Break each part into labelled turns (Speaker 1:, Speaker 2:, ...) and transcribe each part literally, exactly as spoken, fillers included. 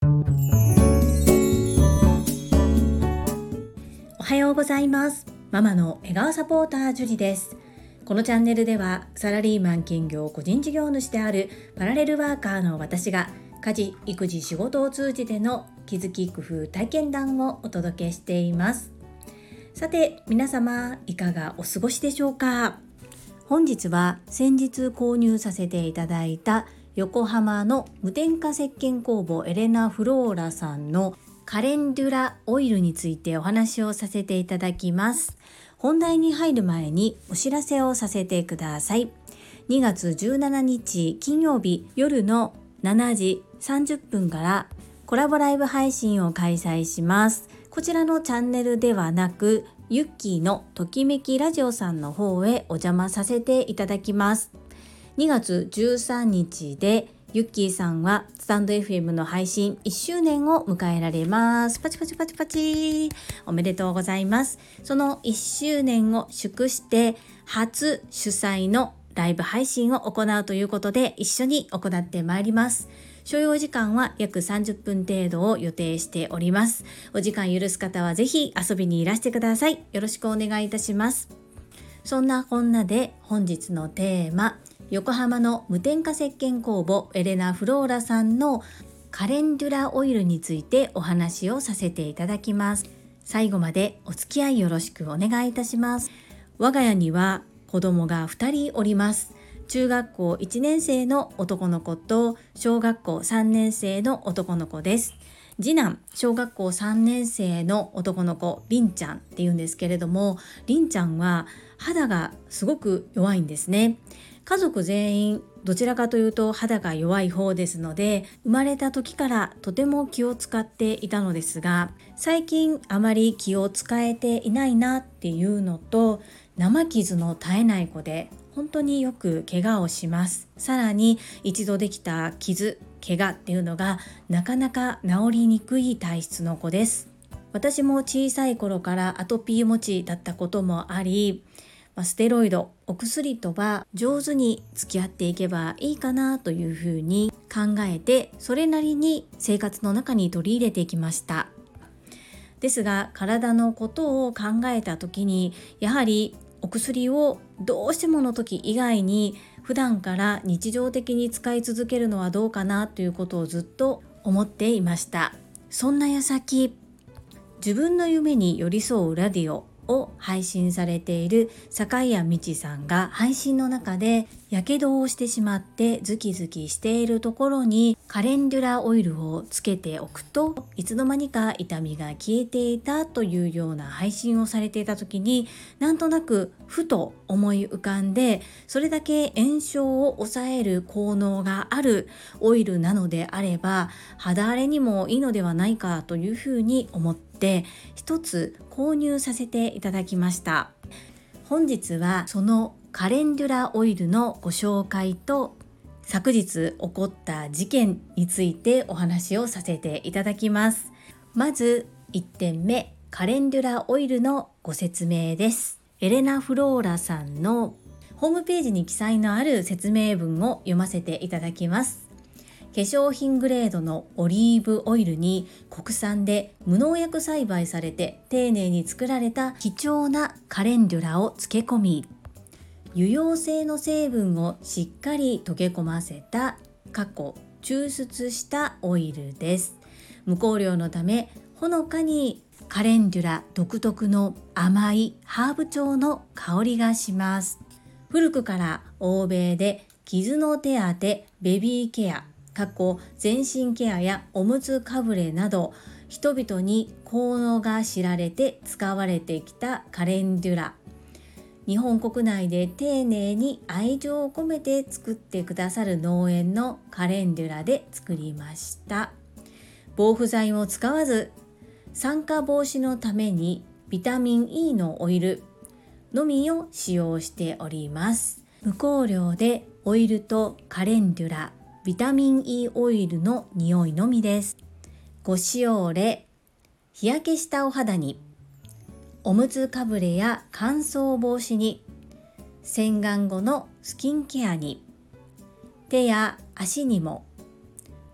Speaker 1: おはようございます。ママの笑顔サポータージュリです。このチャンネルではサラリーマン兼業個人事業主であるパラレルワーカーの私が家事・育児・仕事を通じての気づき・工夫・体験談をお届けしています。さて皆様いかがお過ごしでしょうか。本日は先日購入させていただいた横浜の無添加石鹸工房エレナ・フローラさんのカレンデュラオイルについてお話をさせていただきます。本題に入る前にお知らせをさせてください。にがつじゅうしちにち金曜日夜のしちじさんじゅっぷんからコラボライブ配信を開催します。こちらのチャンネルではなくユッキーのときめきラジオさんの方へお邪魔させていただきます。にがつじゅうさんにちでユッキーさんはスタンド エフエム の配信いっしゅうねんを迎えられます。パチパチパチパチおめでとうございます。そのいっしゅうねんを祝して初主催のライブ配信を行うということで一緒に行ってまいります。所要時間は約さんじゅっぷん程度を予定しております。お時間許す方はぜひ遊びにいらしてください。よろしくお願いいたします。そんなこんなで本日のテーマ、横浜の無添加石鹸工房エレナ・フローラさんのカレンデュラオイルについてお話をさせていただきます。最後までお付き合いよろしくお願いいたします。我が家には子供がふたりおります。中学校いちねんせいの男の子と小学校さんねんせいの男の子です。次男、小学校さんねんせいの男の子、りんちゃんっていうんですけれども、りんちゃんは肌がすごく弱いんですね。家族全員どちらかというと肌が弱い方ですので、生まれた時からとても気を使っていたのですが、最近あまり気を使えていないなっていうのと、生傷の絶えない子で本当によく怪我をします。さらに一度できた傷、怪我っていうのがなかなか治りにくい体質の子です。私も小さい頃からアトピー持ちだったこともあり、ステロイド、お薬とは上手に付き合っていけばいいかなというふうに考えて、それなりに生活の中に取り入れていきました。ですが体のことを考えた時に、やはりお薬をどうしてもの時以外に普段から日常的に使い続けるのはどうかなということをずっと思っていました。そんな矢先、自分の夢に寄り添うラディオを配信されている坂井谷美智さんが配信の中でやけどをしてしまってズキズキしているところにカレンデュラオイルをつけておくといつの間にか痛みが消えていたというような配信をされていた時に、なんとなくふと思い浮かんで、それだけ炎症を抑える効能があるオイルなのであれば肌荒れにもいいのではないかというふうに思ってで一つ購入させていただきました。本日はそのカレンデュラオイルのご紹介と昨日起こった事件についてお話をさせていただきます。まずいってんめ、カレンデュラオイルのご説明です。エレナ・フローラさんのホームページに記載のある説明文を読ませていただきます。化粧品グレードのオリーブオイルに国産で無農薬栽培されて丁寧に作られた貴重なカレンデュラを漬け込み、油溶性の成分をしっかり溶け込ませた過去抽出したオイルです。無香料のためほのかにカレンデュラ独特の甘いハーブ調の香りがします。古くから欧米で傷の手当て、ベビーケア、過去全身ケアやおむつかぶれなど人々に効能が知られて使われてきたカレンデュラ。日本国内で丁寧に愛情を込めて作ってくださる農園のカレンデュラで作りました。防腐剤も使わず、酸化防止のためにビタミン E のオイルのみを使用しております。無香料でオイルとカレンデュラ、ビタミン E オイルの匂いのみです。ご使用例、日焼けしたお肌に、おむつかぶれや乾燥防止に、洗顔後のスキンケアに、手や足にも、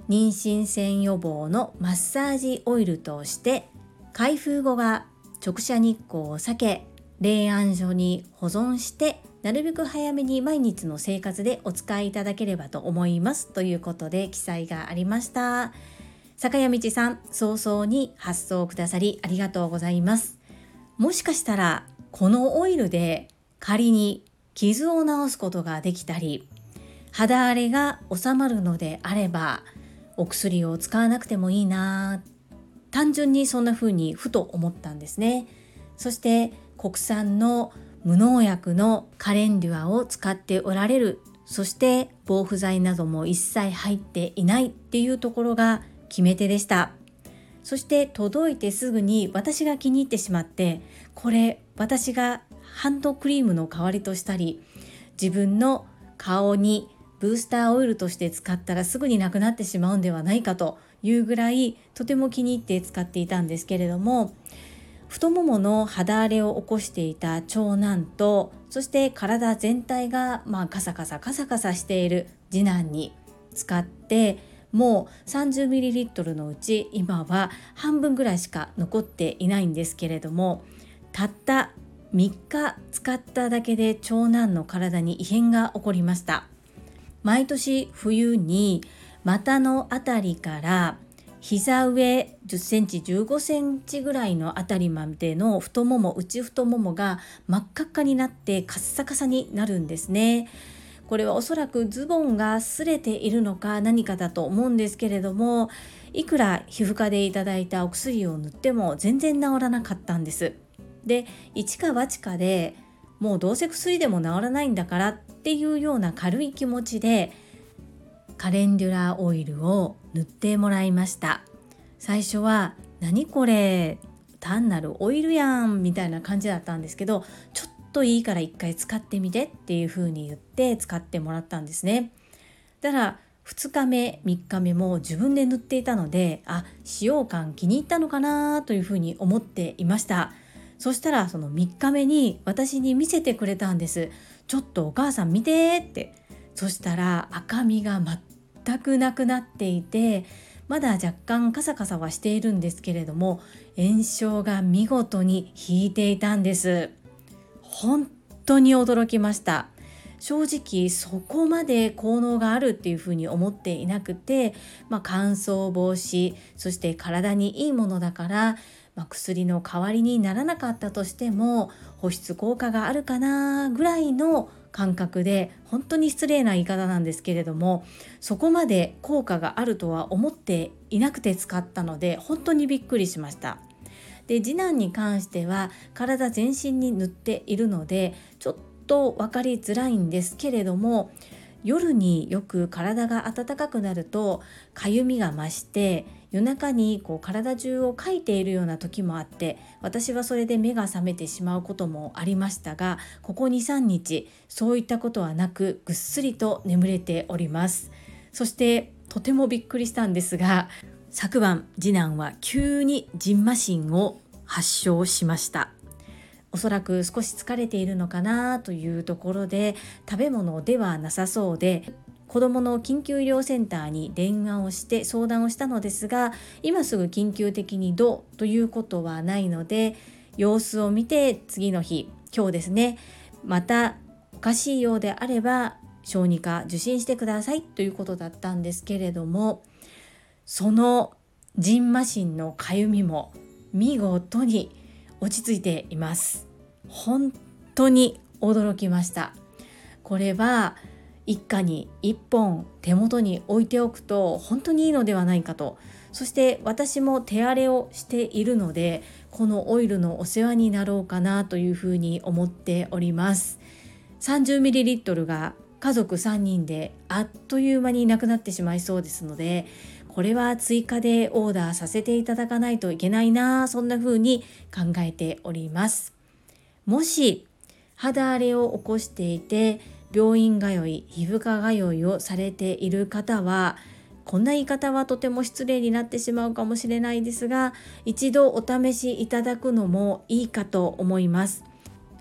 Speaker 1: 妊娠線予防のマッサージオイルとして、開封後は直射日光を避け、冷暗所に保存して、なるべく早めに毎日の生活でお使いいただければと思いますということで記載がありました。坂谷道さん、早々に発送くださりありがとうございます。もしかしたらこのオイルで仮に傷を治すことができたり、肌荒れが収まるのであればお薬を使わなくてもいいな、単純にそんな風にふと思ったんですね。そして国産の無農薬のカレンデュアを使っておられる、そして防腐剤なども一切入っていないっていうところが決め手でした。そして届いてすぐに私が気に入ってしまって、これ私がハンドクリームの代わりとしたり、自分の顔にブースターオイルとして使ったらすぐになくなってしまうんではないかというぐらいとても気に入って使っていたんですけれども、太ももの肌荒れを起こしていた長男と、そして体全体がまあカサカサカサカサしている次男に使って、もう さんじゅうミリリットル のうち今は半分ぐらいしか残っていないんですけれども、たったみっか使っただけで長男の体に異変が起こりました。毎年冬に股のあたりから膝上じゅっセンチじゅうごセンチぐらいのあたりまでの太もも、内太ももが真っ赤っかになってカッサカサになるんですね。これはおそらくズボンが擦れているのか何かだと思うんですけれども、いくら皮膚科でいただいたお薬を塗っても全然治らなかったんです。で、一か八かでもうどうせ薬でも治らないんだからっていうような軽い気持ちでカレンデュラオイルを塗ってもらいました。最初は何これ単なるオイルやんみたいな感じだったんですけど、ちょっといいから一回使ってみてっていう風に言って使ってもらったんですね。だからふつかめみっかめも自分で塗っていたので、あ、使用感気に入ったのかなという風に思っていました。そしたらそのみっかめに私に見せてくれたんです。ちょっとお母さん見てって。そしたら赤みが全くなくなっていて、まだ若干カサカサはしているんですけれども、炎症が見事に引いていたんです。本当に驚きました。正直そこまで効能があるっていうふうに思っていなくて、まあ、乾燥防止、そして体にいいものだから、まあ、薬の代わりにならなかったとしても保湿効果があるかなぐらいの感覚で、本当に失礼な言い方なんですけれども、そこまで効果があるとは思っていなくて使ったので本当にびっくりしました。で、次男に関しては体全身に塗っているのでちょっと分かりづらいんですけれども、夜によく体が暖かくなるとかゆみが増して、夜中にこう体中をかいているような時もあって、私はそれで目が覚めてしまうこともありましたが、ここ にさんにちそういったことはなくぐっすりと眠れております。そしてとてもびっくりしたんですが、昨晩次男は急に蕁麻疹を発症しました。おそらく少し疲れているのかなというところで、食べ物ではなさそうで、子どもの緊急医療センターに電話をして相談をしたのですが、今すぐ緊急的にどうということはないので、様子を見て次の日、今日ですね、またおかしいようであれば小児科受診してくださいということだったんですけれども、その蕁麻疹のかゆみも見事に落ち着いています。本当に驚きました。これは一家にいっぽん手元に置いておくと本当にいいのではないかと。そして私も手荒れをしているので、このオイルのお世話になろうかなというふうに思っております。 さんじゅうミリリットル が家族さんにんであっという間になくなってしまいそうですので、これは追加でオーダーさせていただかないといけないな、そんな風に考えております。もし肌荒れを起こしていて病院通い、皮膚科通いをされている方は、こんな言い方はとても失礼になってしまうかもしれないですが、一度お試しいただくのもいいかと思います。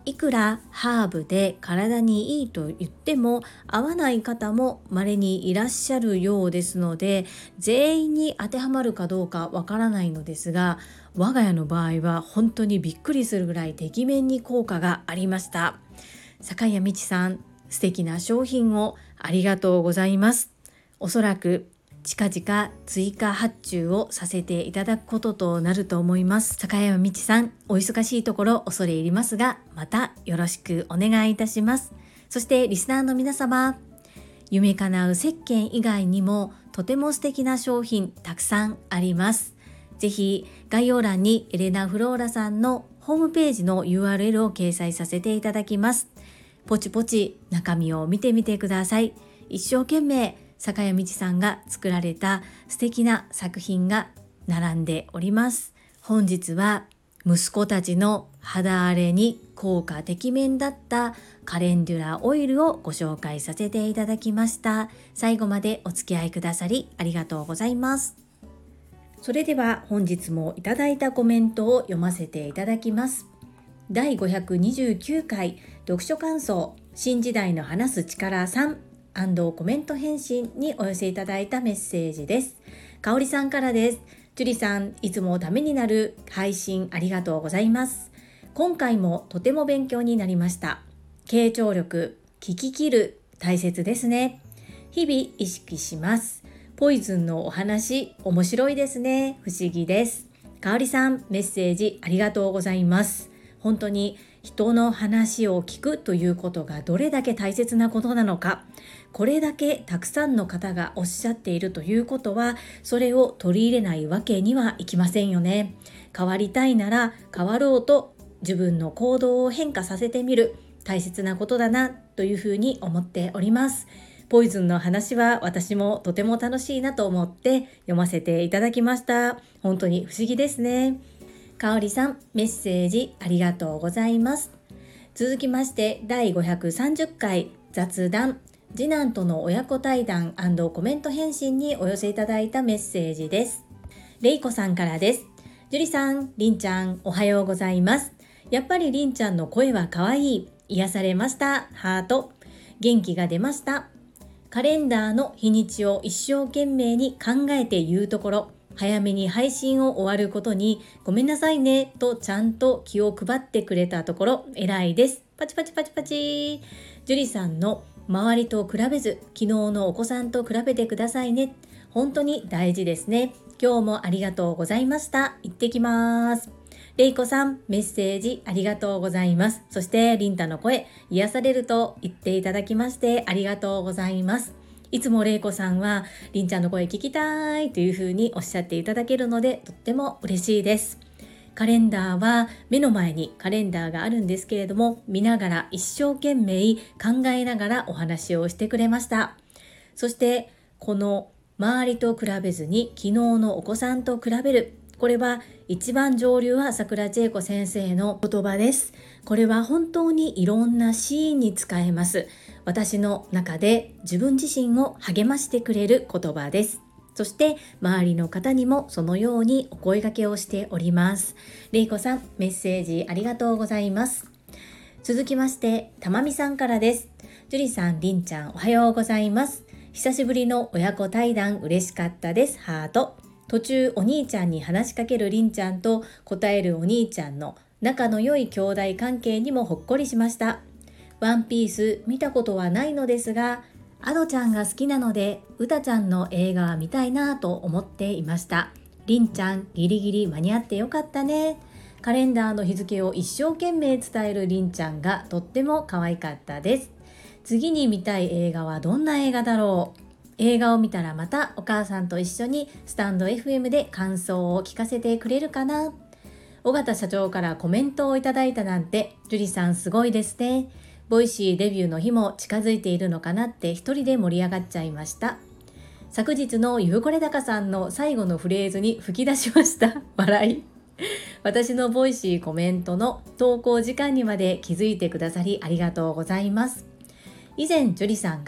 Speaker 1: いくらハーブで体にいいと言っても合わない方も稀にいらっしゃるようですので、全員に当てはまるかどうかわからないのですが、我が家の場合は本当にびっくりするぐらいてきめんに効果がありました。坂谷美智さん、素敵な商品をありがとうございます。おそらく近々追加発注をさせていただくこととなると思います。坂山美智さん、お忙しいところ恐れ入りますが、またよろしくお願いいたします。そしてリスナーの皆様、夢叶う石鹸以外にもとても素敵な商品たくさんあります。ぜひ概要欄にエレナフローラさんのホームページの ユーアールエル を掲載させていただきます。ポチポチ中身を見てみてください。一生懸命坂谷美智さんが作られた素敵な作品が並んでおります。本日は息子たちの肌荒れに効果てきめんだったカレンデュラオイルをご紹介させていただきました。最後までお付き合いくださりありがとうございます。それでは本日もいただいたコメントを読ませていただきます。だいごひゃくにじゅうきゅうかい読書感想新時代の話す力さんコメント返信にお寄せいただいたメッセージです。かおりさんからです。ジュリさん、いつもためになる配信ありがとうございます。今回もとても勉強になりました。傾聴力、聞き切る、大切ですね。日々意識します。ポイズンのお話、面白いですね。不思議です。かおりさん、メッセージありがとうございます。本当に人の話を聞くということがどれだけ大切なことなのか、これだけたくさんの方がおっしゃっているということは、それを取り入れないわけにはいきませんよね。変わりたいなら変わろうと自分の行動を変化させてみる、大切なことだなというふうに思っております。ポイズンの話は私もとても楽しいなと思って読ませていただきました。本当に不思議ですね。かおりさん、メッセージありがとうございます。続きましてだいごひゃくさんじゅっかい雑談次男との親子対談&コメント返信にお寄せいただいたメッセージです。れいこさんからです。ジュリさん、りんちゃん、おはようございます。やっぱりりんちゃんの声は可愛い。癒されました。ハート。元気が出ました。カレンダーの日にちを一生懸命に考えて言うところ、早めに配信を終わることにごめんなさいねとちゃんと気を配ってくれたところ偉いです。パチパチパチパチ。ジュリさんの周りと比べず昨日のお子さんと比べてくださいね。本当に大事ですね。今日もありがとうございました。行ってきます。れいこさん、メッセージありがとうございます。そしてリンタの声癒されると言っていただきましてありがとうございます。いつもれいこさんはりんちゃんの声聞きたいというふうにおっしゃっていただけるのでとっても嬉しいです。カレンダーは目の前にカレンダーがあるんですけれども、見ながら一生懸命考えながらお話をしてくれました。そしてこの周りと比べずに昨日のお子さんと比べる、これは一番上流は桜千恵子先生の言葉です。これは本当にいろんなシーンに使えます。私の中で自分自身を励ましてくれる言葉です。そして周りの方にもそのようにお声掛けをしております。れいこさん、メッセージありがとうございます。続きましてたまみさんからです。ジュリさん、りんちゃん、おはようございます。久しぶりの親子対談嬉しかったです。ハート。途中お兄ちゃんに話しかけるりんちゃんと答えるお兄ちゃんの仲の良い兄弟関係にもほっこりしました。ワンピース見たことはないのですが、アドちゃんが好きなのでうたちゃんの映画は見たいなと思っていました。りんちゃん、ギリギリ間に合ってよかったね。カレンダーの日付を一生懸命伝えるりんちゃんがとっても可愛かったです。次に見たい映画はどんな映画だろう。映画を見たらまたお母さんと一緒にスタンド エフエム で感想を聞かせてくれるかな。尾形社長からコメントをいただいたなんて、ジュリさんすごいですね。ボイシーデビューの日も近づいているのかなって一人で盛り上がっちゃいました。昨日のゆうこれだかさんの最後のフレーズに吹き出しました笑い。私のボイシーコメントの投稿時間にまで気づいてくださりありがとうございます。以前ジュリさんが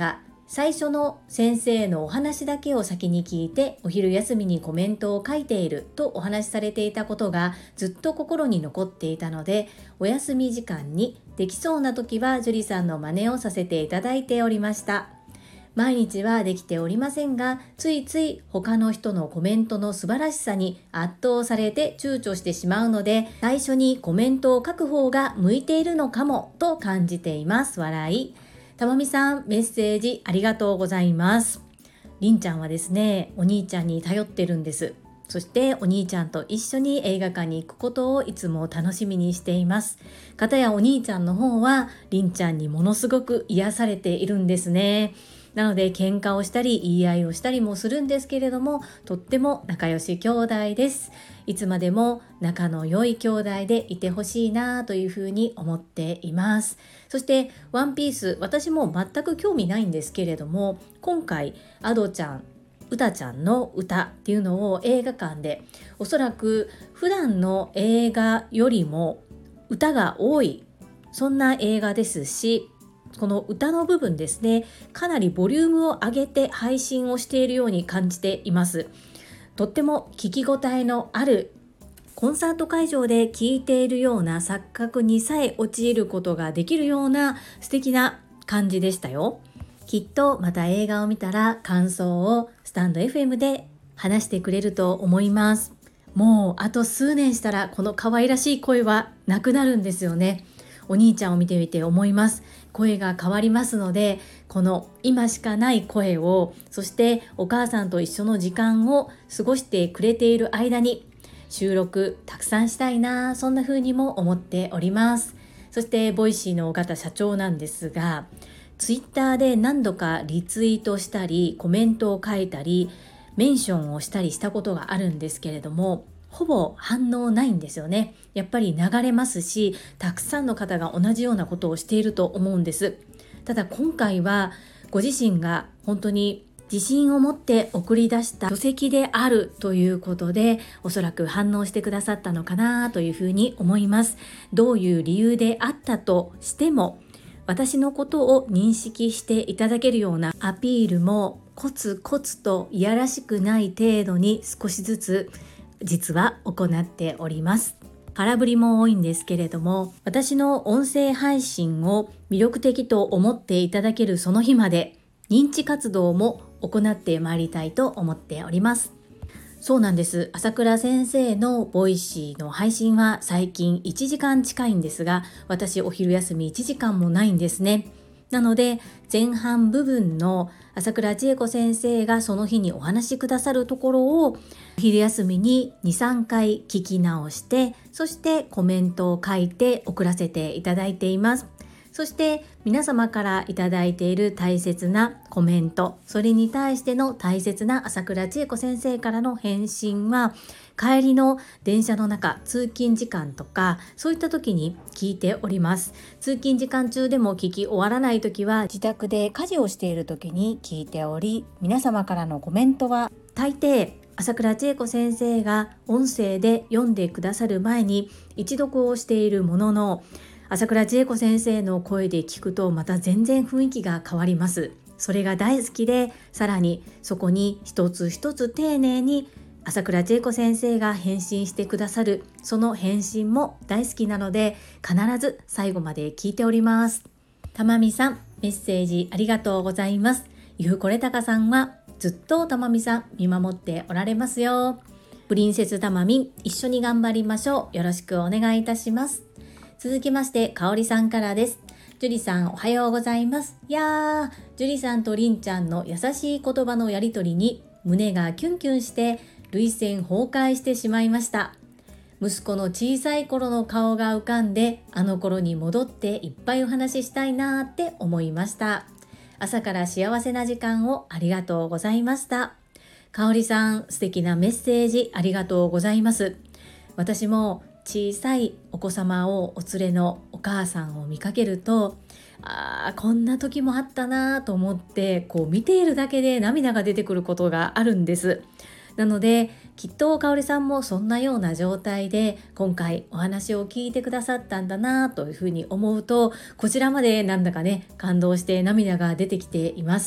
Speaker 1: 最初の先生のお話だけを先に聞いてお昼休みにコメントを書いているとお話しされていたことがずっと心に残っていたので、お休み時間にできそうな時は樹里さんの真似をさせていただいておりました。毎日はできておりませんが、ついつい他の人のコメントの素晴らしさに圧倒されて躊躇してしまうので、最初にコメントを書く方が向いているのかもと感じています。笑い。たまみさん、メッセージありがとうございます。りんちゃんはですね、お兄ちゃんに頼ってるんです。そしてお兄ちゃんと一緒に映画館に行くことをいつも楽しみにしています。かたやお兄ちゃんの方はりんちゃんにものすごく癒されているんですね。なので喧嘩をしたり言い合いをしたりもするんですけれども、とっても仲良し兄弟です。いつまでも仲の良い兄弟でいてほしいなというふうに思っています。そしてワンピース、私も全く興味ないんですけれども、今回アドちゃん、うたちゃんの歌っていうのを映画館で、おそらく普段の映画よりも歌が多い、そんな映画ですし、この歌の部分ですね、かなりボリュームを上げて配信をしているように感じています。とっても聞き応えのある、コンサート会場で聴いているような錯覚にさえ陥ることができるような素敵な感じでしたよ。きっとまた映画を見たら感想をスタンド エフエム で話してくれると思います。もうあと数年したらこの可愛らしい声はなくなるんですよね。お兄ちゃんを見てみて思います。声が変わりますので、この今しかない声を、そしてお母さんと一緒の時間を過ごしてくれている間に収録たくさんしたいな、そんな風にも思っております。そしてボイシーの尾形社長なんですが、ツイッターで何度かリツイートしたりコメントを書いたりメンションをしたりしたことがあるんですけれども、ほぼ反応ないんですよね。やっぱり流れますし、たくさんの方が同じようなことをしていると思うんです。ただ今回はご自身が本当に自信を持って送り出した書籍であるということで、おそらく反応してくださったのかなというふうに思います。どういう理由であったとしても、私のことを認識していただけるようなアピールもコツコツといやらしくない程度に少しずつ実は行っております。空振りも多いんですけれども、私の音声配信を魅力的と思っていただけるその日まで認知活動も行ってまいりたいと思っております。そうなんです。朝倉先生のボイシーの配信は最近いちじかん近いんですが、私お昼休みいちじかんもないんですね。なので前半部分の朝倉千恵子先生がその日にお話しくださるところをお昼休みににさんかい聞き直して、そしてコメントを書いて送らせていただいています。そして皆様からいただいている大切なコメント、それに対しての大切な朝倉千恵子先生からの返信は、帰りの電車の中、通勤時間とかそういった時に聞いております。通勤時間中でも聞き終わらない時は自宅で家事をしている時に聞いており、皆様からのコメントは大抵朝倉千恵子先生が音声で読んでくださる前に一読をしているものの、朝倉千恵子先生の声で聞くとまた全然雰囲気が変わります。それが大好きで、さらにそこに一つ一つ丁寧に朝倉千恵子先生が返信してくださる、その返信も大好きなので必ず最後まで聞いております。たまみさん、メッセージありがとうございます。ゆうこれたかさんはずっとたまみさん見守っておられますよ。プリンセスたまみん、一緒に頑張りましょう。よろしくお願いいたします。続きまして、かおりさんからです。ジュリさん、おはようございます。いやー、ジュリさんとりんちゃんの優しい言葉のやりとりに胸がキュンキュンして涙腺崩壊してしまいました。息子の小さい頃の顔が浮かんで、あの頃に戻っていっぱいお話ししたいなーって思いました。朝から幸せな時間をありがとうございました。かおりさん、素敵なメッセージありがとうございます。私も小さいお子様をお連れのお母さんを見かけると、あーこんな時もあったなと思って、こう見ているだけで涙が出てくることがあるんです。なのできっとかおりさんもそんなような状態で今回お話を聞いてくださったんだなというふうに思うと、こちらまでなんだかね感動して涙が出てきています。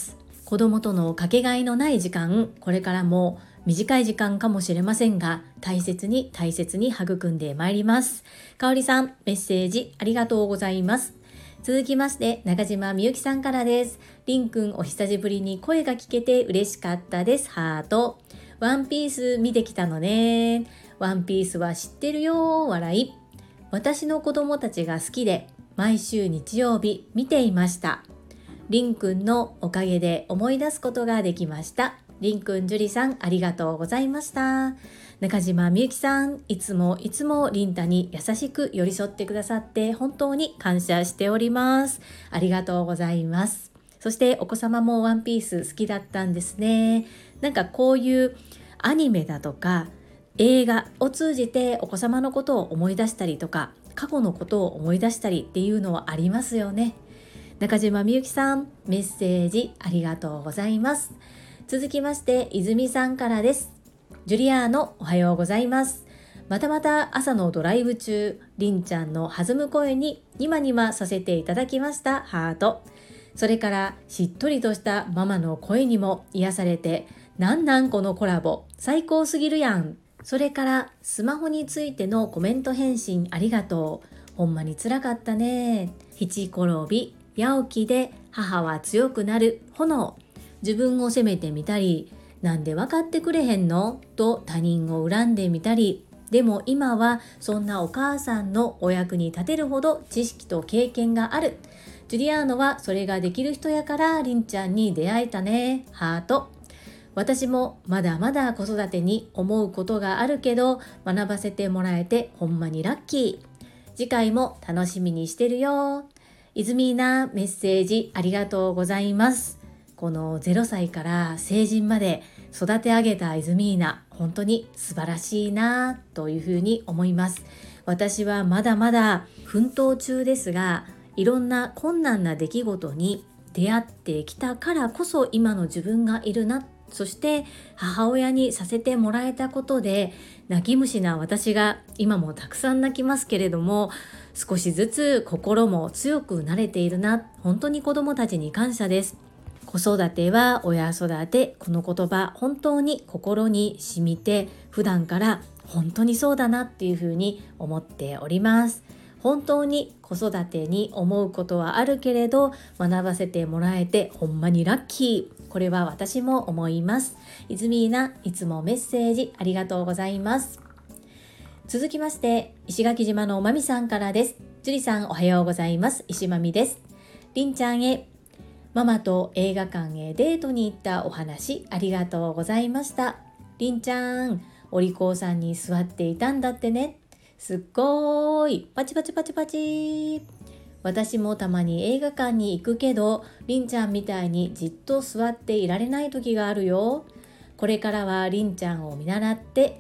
Speaker 1: 子供とのかけがえのない時間、これからも短い時間かもしれませんが、大切に大切に育んでまいります。かおりさん、メッセージありがとうございます。続きまして、中島みゆきさんからです。りんくん、お久しぶりに声が聞けて嬉しかったです。ハート。ワンピース見てきたのね。ワンピースは知ってるよ。笑い。私の子供たちが好きで、毎週日曜日見ていました。りんくんのおかげで思い出すことができました。りんくん、じゅりさん、ありがとうございました。中島みゆきさん、いつもいつもりんたに優しく寄り添ってくださって本当に感謝しております。ありがとうございます。そしてお子様もワンピース好きだったんですね。なんかこういうアニメだとか映画を通じてお子様のことを思い出したりとか、過去のことを思い出したりっていうのはありますよね。中島みゆきさん、メッセージありがとうございます。続きまして、泉さんからです。ジュリアーノ、おはようございます。またまた朝のドライブ中、りんちゃんの弾む声にニマニマさせていただきました。ハート。それからしっとりとしたママの声にも癒されて、なんなんこのコラボ、最高すぎるやん。それからスマホについてのコメント返信ありがとう。ほんまにつらかったね。七転び八起きで母は強くなる炎。自分を責めてみたり、なんで分かってくれへんのと他人を恨んでみたり、でも今はそんなお母さんのお役に立てるほど知識と経験がある。ジュリアーノはそれができる人やからりんちゃんに出会えたね。ハート。私もまだまだ子育てに思うことがあるけど、学ばせてもらえてほんまにラッキー。次回も楽しみにしてるよ。イズミーナ、メッセージありがとうございます。このゼロさいから成人まで育て上げたイズミーナ、本当に素晴らしいなというふうに思います。私はまだまだ奮闘中ですが、いろんな困難な出来事に出会ってきたからこそ今の自分がいるな、そして母親にさせてもらえたことで、泣き虫な私が今もたくさん泣きますけれども、少しずつ心も強くなれているな。本当に子供たちに感謝です。子育ては親育て、この言葉本当に心に染みて、普段から本当にそうだなっていうふうに思っております。本当に子育てに思うことはあるけれど、学ばせてもらえてほんまにラッキー。これは私も思います。イズミーナ、いつもメッセージありがとうございます。続きまして、石垣島のまみさんからです。ジュリさん、おはようございます。石まみです。りんちゃんへ、ママと映画館へデートに行ったお話ありがとうございました。りんちゃん、お利口さんに座っていたんだってね。すっごーい、パチパチパチパチ。私もたまに映画館に行くけど、りんちゃんみたいにじっと座っていられない時があるよ。これからはりんちゃんを見習って、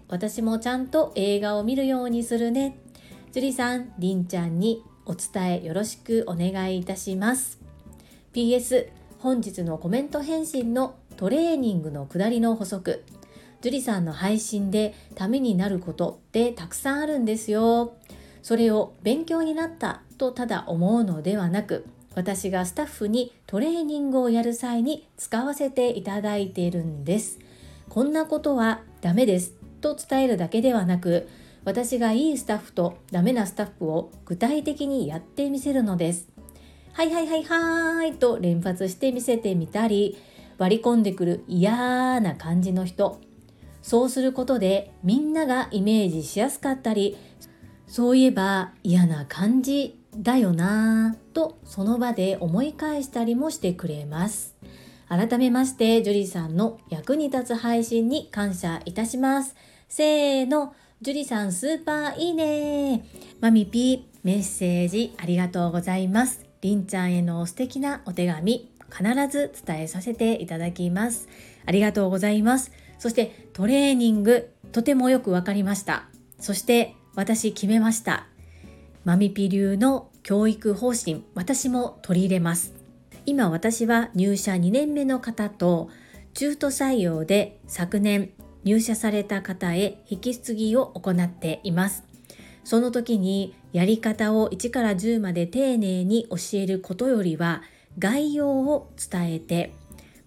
Speaker 1: 私もちゃんと映画を見るようにするね。ジュリさん、りんちゃんにお伝えよろしくお願いいたします。ピーエス、本日のコメント返信のトレーニングの下りの補足。ジュリさんの配信でためになることってたくさんあるんですよ。それを勉強になったとただ思うのではなく、私がスタッフにトレーニングをやる際に使わせていただいているんです。こんなことはダメですと伝えるだけではなく、私がいいスタッフとダメなスタッフを具体的にやってみせるのです。はいはいはいはーいと連発してみせてみたり、割り込んでくる嫌な感じの人、そうすることでみんながイメージしやすかったり、そういえば嫌な感じだよなぁとその場で思い返したりもしてくれます。改めましてジュリさんの役に立つ配信に感謝いたします。せーの、ジュリさんスーパーいいね。マミピー、メッセージありがとうございます。りんちゃんへの素敵なお手紙、必ず伝えさせていただきます。ありがとうございます。そしてトレーニング、とてもよくわかりました。そして私決めました。マミピ流の教育方針、私も取り入れます。今私は入社にねんめの方と中途採用で昨年入社された方へ引き継ぎを行っています。その時にやり方をいちからじゅうまで丁寧に教えることよりは概要を伝えて、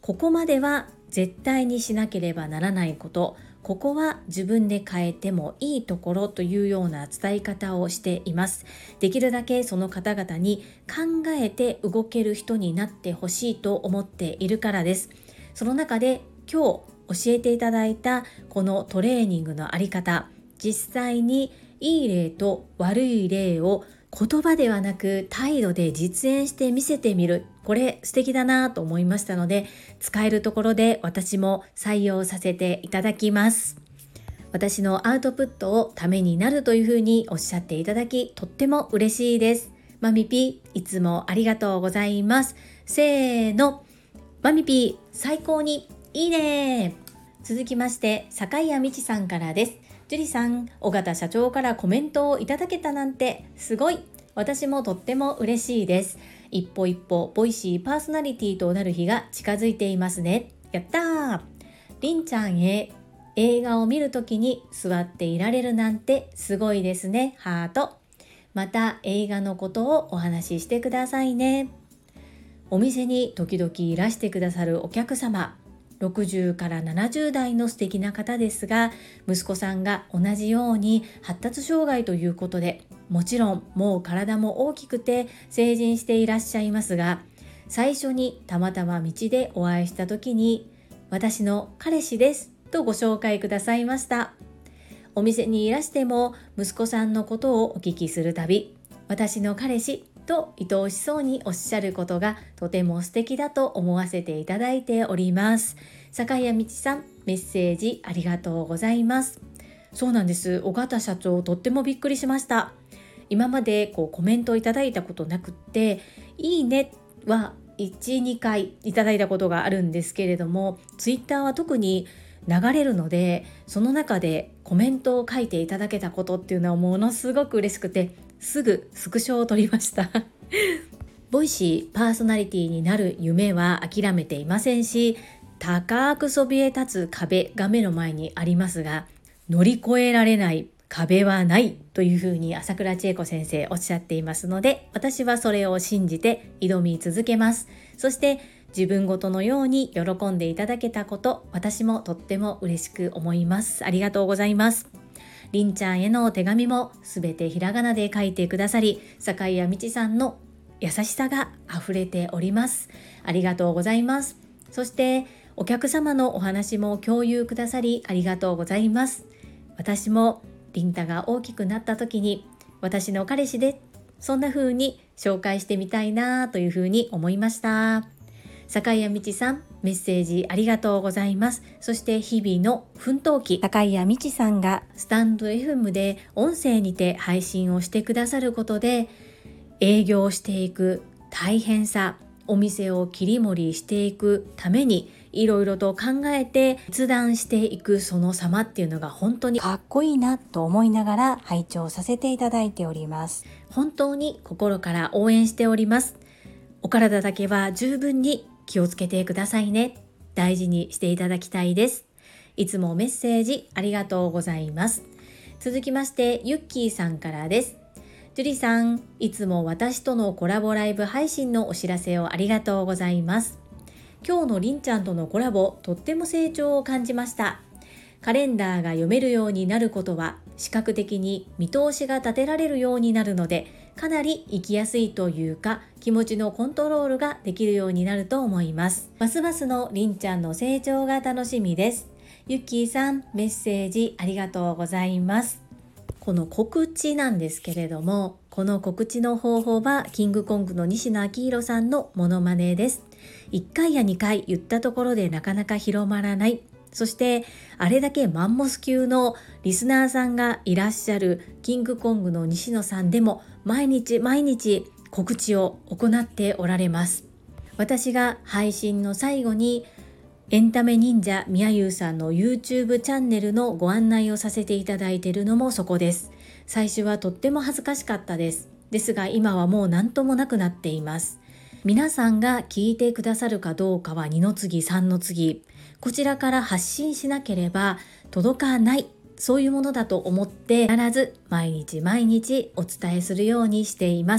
Speaker 1: ここまでは絶対にしなければならないこと、ここは自分で変えてもいいところというような伝え方をしています。できるだけその方々に考えて動ける人になってほしいと思っているからです。その中で今日教えていただいたこのトレーニングのあり方、実際にいい例と悪い例を言葉ではなく態度で実演して見せてみる。これ素敵だなと思いましたので、使えるところで私も採用させていただきます。私のアウトプットをためになるというふうにおっしゃっていただき、とっても嬉しいです。マミピー、いつもありがとうございます。せーの、マミピー、最高にいいね。続きまして、坂井谷美智さんからです。ジュリさん、尾形社長からコメントをいただけたなんてすごい。私もとっても嬉しいです。一歩一歩ボイシーパーソナリティとなる日が近づいていますね。やったー。りんちゃんへ、映画を見るときに座っていられるなんてすごいですね。ハート。また映画のことをお話ししてくださいね。お店に時々いらしてくださるお客様、ろくじゅうからななじゅう代の素敵な方ですが、息子さんが同じように発達障害ということで、もちろんもう体も大きくて成人していらっしゃいますが、最初にたまたま道でお会いした時に、私の彼氏ですとご紹介くださいました。お店にいらしても息子さんのことをお聞きするたび、私の彼氏と愛おしそうにおっしゃることがとても素敵だと思わせていただいております。坂谷美智さん、メッセージありがとうございます。そうなんです。尾形社長、とってもびっくりしました。今までこうコメントをいただいたことなくって、いいねはいち、にかいいただいたことがあるんですけれども、ツイッターは特に流れるので、その中でコメントを書いていただけたことっていうのはものすごく嬉しくて、すぐスクショを撮りましたボイシーパーソナリティになる夢は諦めていませんし、高くそびえ立つ壁が目の前にありますが、乗り越えられない壁はないというふうに朝倉千恵子先生おっしゃっていますので、私はそれを信じて挑み続けます。そして自分ごとのように喜んでいただけたこと、私もとっても嬉しく思います。ありがとうございます。りんちゃんへの手紙もすべてひらがなで書いてくださり、坂井谷美智さんの優しさが溢れております。ありがとうございます。そしてお客様のお話も共有くださりありがとうございます。私もりんたが大きくなった時に私の彼氏でそんな風に紹介してみたいなという風に思いました。坂井谷美智さん、メッセージありがとうございます。そして日々の奮闘記、坂井谷美智さんがスタンド エフエム で音声にて配信をしてくださることで、営業していく大変さ、お店を切り盛りしていくためにいろいろと考えて決断していくその様っていうのが本当にかっこいいなと思いながら拝聴させていただいております。本当に心から応援しております。お体だけは十分に気をつけてくださいね。大事にしていただきたいです。いつもメッセージありがとうございます。続きましてゆっきーさんからです。ジュリさん、いつも私とのコラボライブ配信のお知らせをありがとうございます。今日のりんちゃんとのコラボ、とっても成長を感じました。カレンダーが読めるようになることは視覚的に見通しが立てられるようになるので、かなり生きやすいというか気持ちのコントロールができるようになると思います。ますますのりんちゃんの成長が楽しみです。ゆっきーさん、メッセージありがとうございます。この告知なんですけれども、この告知の方法はキングコングの西野昭弘さんのモノマネです。いっかいやにかい言ったところでなかなか広まらない。そしてあれだけマンモス級のリスナーさんがいらっしゃるキングコングの西野さんでも毎日毎日告知を行っておられます。私が配信の最後にエンタメ忍者みやゆうさんの YouTube チャンネルのご案内をさせていただいているのもそこです。最初はとっても恥ずかしかったです。ですが今はもう何ともなくなっています。皆さんが聞いてくださるかどうかはにの次さんの次、こちらから発信しなければ届かない、そういうものだと思って必ず毎日毎日お伝えするようにしています。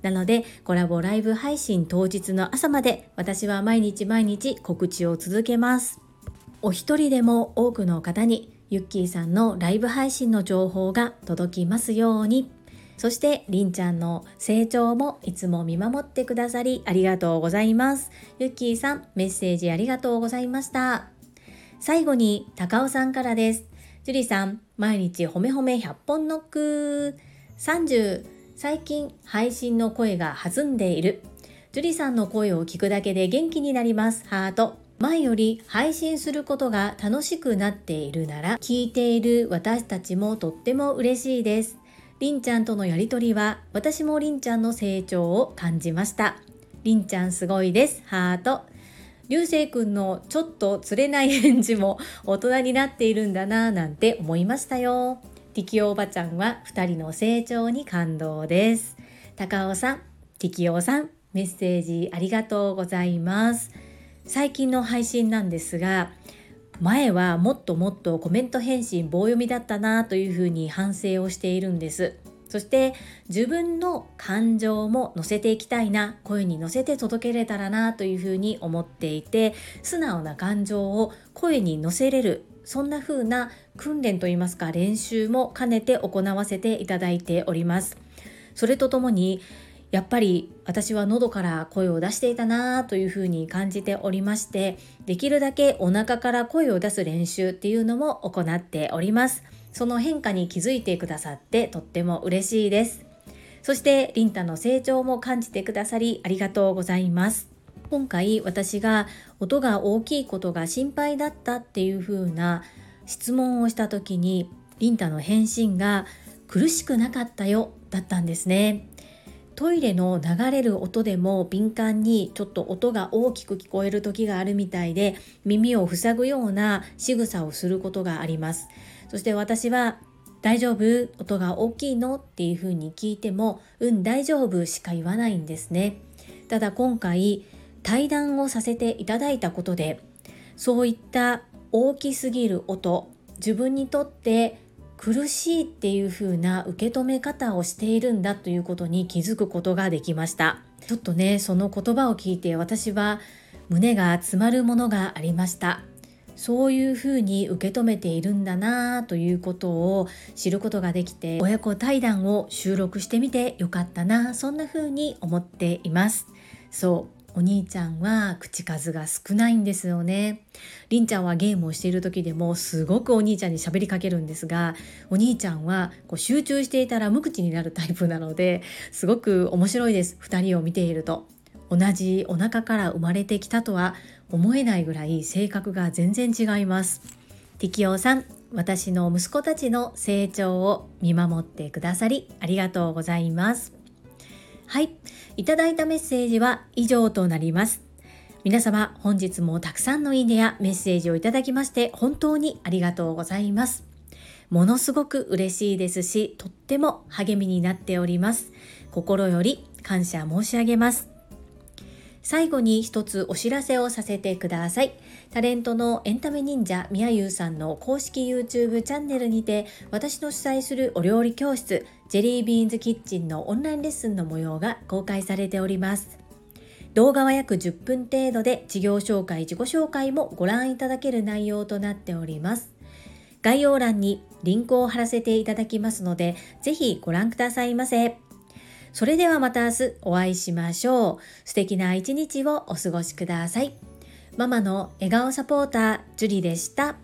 Speaker 1: なのでコラボライブ配信当日の朝まで私は毎日毎日告知を続けます。お一人でも多くの方にゆっきーさんのライブ配信の情報が届きますように。そしてりんちゃんの成長もいつも見守ってくださりありがとうございます。ゆっきーさん、メッセージありがとうございました。最後に高尾さんからです。ジュリさん、毎日褒め褒めひゃっぽんノック。さんじゅう、最近配信の声が弾んでいる。ジュリさんの声を聞くだけで元気になります。ハート。前より配信することが楽しくなっているなら、聞いている私たちもとっても嬉しいです。りんちゃんとのやりとりは、私もりんちゃんの成長を感じました。りんちゃんすごいです。ハート。りゅうせいくんのちょっと釣れない返事も大人になっているんだなぁなんて思いましたよ。ティキオおばちゃんはふたりの成長に感動です。高尾さん、ティキオさん、メッセージありがとうございます。最近の配信なんですが、前はもっともっとコメント返信棒読みだったなというふうに反省をしているんです。そして自分の感情も乗せていきたいな、声に乗せて届けれたらなというふうに思っていて、素直な感情を声に乗せれる、そんな風な訓練といいますか練習も兼ねて行わせていただいております。それとともにやっぱり私は喉から声を出していたなというふうに感じておりまして、できるだけお腹から声を出す練習っていうのも行っております。その変化に気づいてくださってとっても嬉しいです。そしてリンタの成長も感じてくださりありがとうございます。今回私が音が大きいことが心配だったっていうふうな質問をした時に、リンタの返信が苦しくなかったよだったんですね。トイレの流れる音でも敏感にちょっと音が大きく聞こえる時があるみたいで、耳を塞ぐような仕草をすることがあります。そして私は大丈夫？音が大きいの？っていうふうに聞いても、うん大丈夫しか言わないんですね。ただ今回対談をさせていただいたことで、そういった大きすぎる音、自分にとって苦しいっていう風な受け止め方をしているんだということに気づくことができました。ちょっとね、その言葉を聞いて私は胸が詰まるものがありました。そういう風に受け止めているんだなということを知ることができて、親子対談を収録してみてよかったな、そんな風に思っています。そう、お兄ちゃんは口数が少ないんですよね。りんちゃんはゲームをしている時でもすごくお兄ちゃんに喋りかけるんですが、お兄ちゃんはこう集中していたら無口になるタイプなので、すごく面白いです。二人を見ていると同じお腹から生まれてきたとは思えないぐらい性格が全然違います。ティキオさん、私の息子たちの成長を見守ってくださりありがとうございます。はい、いただいたメッセージは以上となります。皆様本日もたくさんのいいねやメッセージをいただきまして本当にありがとうございます。ものすごく嬉しいですし、とっても励みになっております。心より感謝申し上げます。最後に一つお知らせをさせてください。タレントのエンタメ忍者みやゆうさんの公式 YouTube チャンネルにて、私の主催するお料理教室ジェリービーンズキッチンのオンラインレッスンの模様が公開されております。動画は約じゅっぷん程度で、事業紹介、自己紹介もご覧いただける内容となっております。概要欄にリンクを貼らせていただきますので、ぜひご覧くださいませ。それではまた明日お会いしましょう。素敵な一日をお過ごしください。ママの笑顔サポーター、ジュリでした。